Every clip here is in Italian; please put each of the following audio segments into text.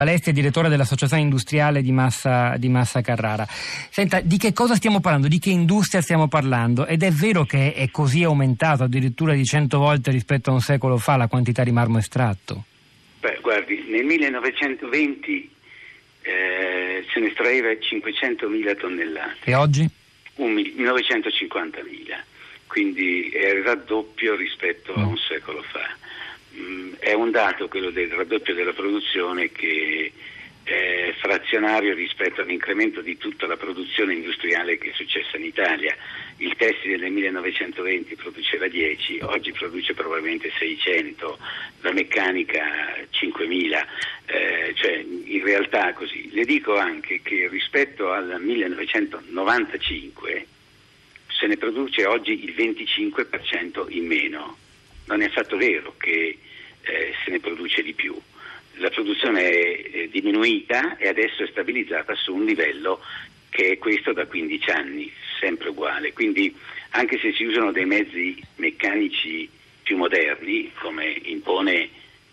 Alessi è direttore dell'Associazione Industriale di Massa Carrara. Senta, di che cosa stiamo parlando? Di che industria stiamo parlando? Ed è vero che è così aumentato addirittura di 100 volte rispetto a un secolo fa la quantità di marmo estratto? Beh, guardi, nel 1920 se ne estraeva 500.000 tonnellate. E oggi? 950.000, quindi è il raddoppio rispetto a un secolo fa. È un dato, quello del raddoppio della produzione, che è frazionario rispetto all'incremento di tutta la produzione industriale che è successa in Italia. Il tessile nel 1920 produceva 10, oggi produce probabilmente 600, la meccanica 5.000, cioè in realtà così. Le dico anche che rispetto al 1995 se ne produce oggi il 25% in meno. Non è affatto vero che se ne produce di più. La produzione è diminuita e adesso è stabilizzata su un livello che è questo da 15 anni, sempre uguale. Quindi anche se si usano dei mezzi meccanici più moderni, come impone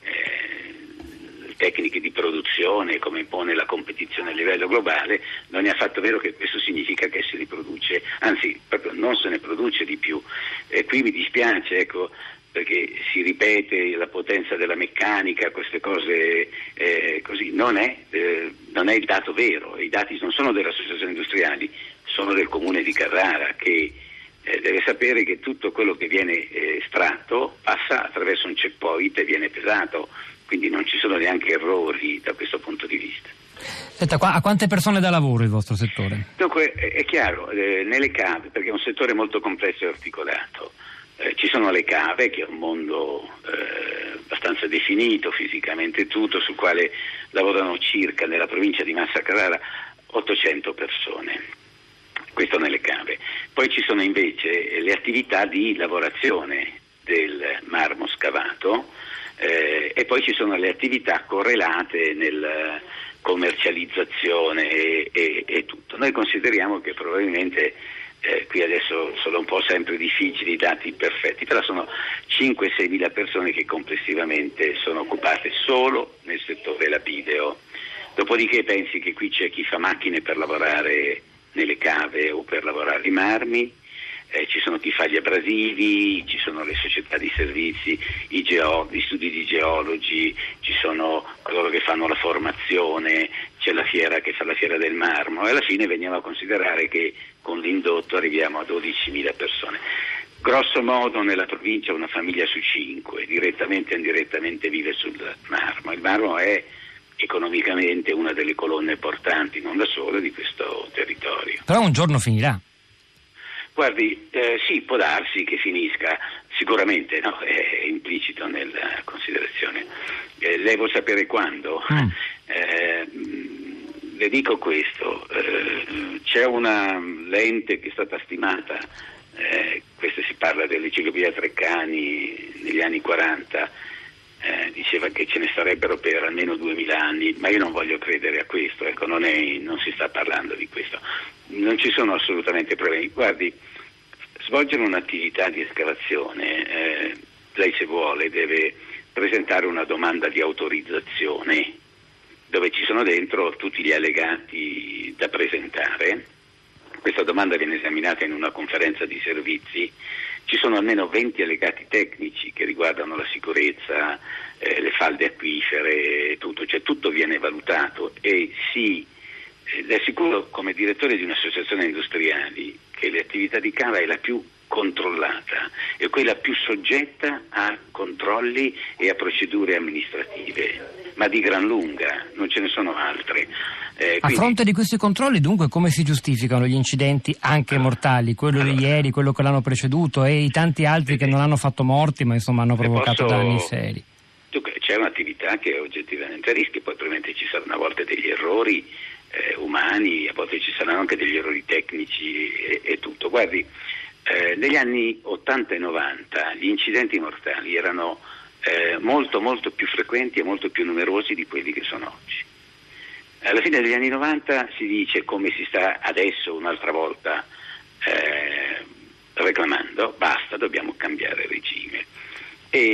tecniche di produzione, come impone la competizione a livello globale, non è affatto vero che questo significa che si riproduce, anzi proprio non se ne produce di più. Qui mi dispiace, ecco, perché si ripete la potenza della meccanica, queste cose così. Non è il dato vero. I dati non sono delle associazioni industriali, sono del comune di Carrara, che deve sapere che tutto quello che viene estratto passa attraverso un checkpoint e viene pesato, quindi non ci sono neanche errori da questo punto di vista. Senta, a quante persone dà lavoro il vostro settore? Dunque, è chiaro, nelle cave, perché è un settore molto complesso e articolato. Ci sono le cave, che è un mondo abbastanza definito fisicamente tutto, sul quale lavorano circa nella provincia di Massa Carrara 800 persone. Questo nelle cave. Poi ci sono invece le attività di lavorazione del marmo scavato e poi ci sono le attività correlate nel commercializzazione e tutto. Noi consideriamo che probabilmente qui adesso sono un po' sempre difficili i dati perfetti, però sono 5-6 mila persone che complessivamente sono occupate solo nel settore lapideo. Dopodiché pensi che qui c'è chi fa macchine per lavorare nelle cave o per lavorare i marmi, ci sono chi fa gli abrasivi, ci sono le società di servizi, gli studi di geologi, ci sono coloro che fanno la formazione, c'è la fiera che fa la fiera del marmo e alla fine veniamo a considerare che con l'indotto arriviamo a 12.000 persone. Grosso modo nella provincia una famiglia su 5, direttamente o indirettamente, vive sul marmo. Il marmo è economicamente una delle colonne portanti, non da solo, di questo territorio. Però un giorno finirà. Guardi, sì, può darsi che finisca, sicuramente, no? È implicito nella considerazione. Lei vuol sapere quando? Le dico questo, c'è una lente che è stata stimata, questo si parla dell'enciclopedia Treccani negli anni 40, diceva che ce ne sarebbero per almeno 2000 anni, ma io non voglio credere a questo, ecco, non si sta parlando di questo. Non ci sono assolutamente problemi. Guardi, svolgere un'attività di escavazione, lei se vuole deve presentare una domanda di autorizzazione dove ci sono dentro tutti gli allegati da presentare. Questa domanda viene esaminata in una conferenza di servizi. Ci sono almeno 20 allegati tecnici che riguardano la sicurezza, le falde acquifere, tutto, cioè tutto viene valutato e le assicuro come direttore di un'associazione industriali che l'attività di cava è la più controllata e quella più soggetta a controlli e a procedure amministrative, ma di gran lunga, non ce ne sono altre. A fronte di questi controlli, dunque, come si giustificano gli incidenti anche mortali, quello di ieri, quello che l'hanno preceduto e i tanti altri che non hanno fatto morti ma insomma hanno provocato danni seri? C'è un'attività che è oggettivamente a rischio, poi probabilmente ci saranno a volte degli errori umani, a volte ci saranno anche degli errori tecnici e tutto. Guardi, negli anni 80 e 90 gli incidenti mortali erano molto molto più frequenti e molto più numerosi di quelli che sono oggi. Alla fine degli anni 90 si dice, come si sta adesso un'altra volta reclamando, basta, dobbiamo cambiare regime. E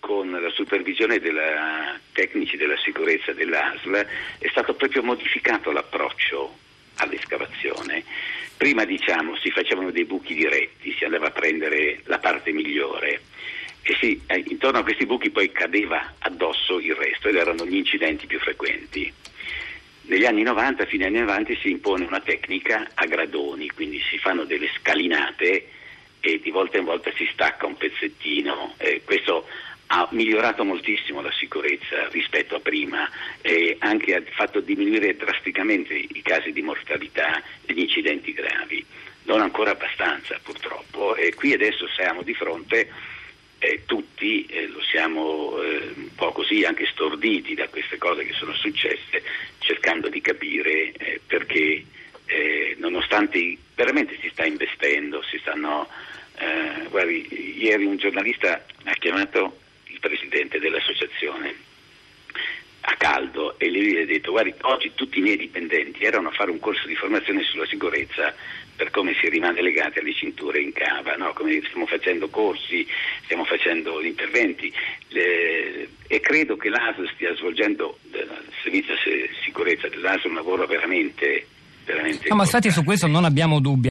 con la supervisione dei tecnici della sicurezza dell'ASL è stato proprio modificato l'approccio all'escavazione. Prima si facevano dei buchi diretti, si andava a prendere la parte migliore e intorno a questi buchi poi cadeva addosso il resto ed erano gli incidenti più frequenti. Negli anni 90, fine anni 90, si impone una tecnica a gradoni, quindi si fanno delle scalinate e di volta in volta si stacca un pezzettino. Questo ha migliorato moltissimo la sicurezza rispetto a prima e anche ha fatto diminuire drasticamente i casi di mortalità e gli incidenti gravi. Non ancora abbastanza purtroppo, e qui adesso siamo di fronte tutti, lo siamo un po' così anche storditi da queste cose che sono successe, cercando di capire perché nonostante veramente si sta investendo, guardi, ieri un giornalista ha chiamato il presidente dell'associazione a caldo e lui gli ha detto: guardi, oggi tutti i miei dipendenti erano a fare un corso di formazione sulla sicurezza per come si rimane legati alle cinture in cava, no? Come stiamo facendo corsi, stiamo facendo interventi e credo che l'ASL stia svolgendo, il servizio di sicurezza dell'ASL, un lavoro veramente no, ma infatti su questo non abbiamo dubbi.